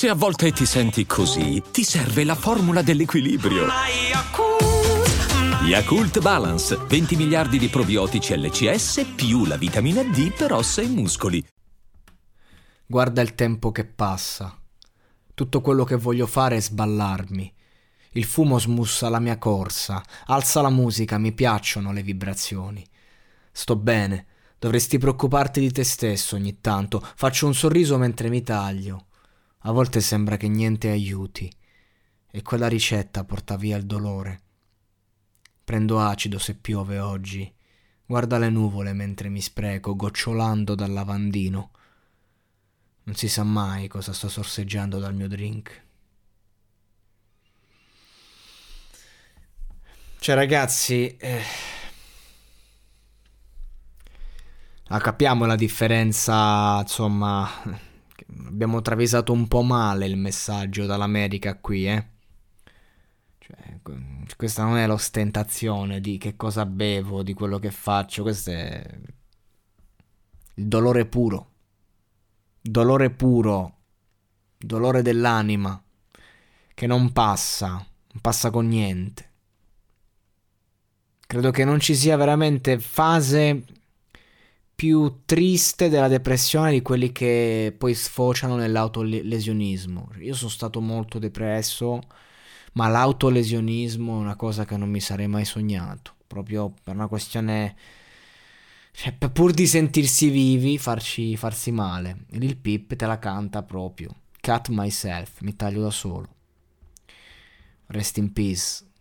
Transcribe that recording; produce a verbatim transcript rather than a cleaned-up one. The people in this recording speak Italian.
Se a volte ti senti così, ti serve la formula dell'equilibrio. Yakult Balance, venti miliardi di probiotici L C S più la vitamina D per ossa e muscoli. Guarda il tempo che passa. Tutto quello che voglio fare è sballarmi. Il fumo smussa la mia corsa, alza la musica, mi piacciono le vibrazioni. Sto bene, dovresti preoccuparti di te stesso ogni tanto. Faccio un sorriso mentre mi taglio. A volte sembra che niente aiuti. E quella ricetta porta via il dolore. Prendo acido se piove oggi. Guarda le nuvole mentre mi spreco, gocciolando dal lavandino. Non si sa mai cosa sto sorseggiando dal mio drink. Cioè ragazzi, eh, ah, capiamo la differenza, insomma, abbiamo travisato un po' male il messaggio dall'America qui, eh. Cioè, questa non è l'ostentazione di che cosa bevo, di quello che faccio, questo è il dolore puro. Dolore puro, dolore dell'anima, che non passa, non passa con niente. Credo che non ci sia veramente fase più triste della depressione di quelli che poi sfociano nell'autolesionismo. Io sono stato molto depresso, ma l'autolesionismo è una cosa che non mi sarei mai sognato, proprio per una questione... Cioè, pur di sentirsi vivi, farci, farsi male. E Lil Peep te la canta proprio. Cut myself, mi taglio da solo. Rest in peace.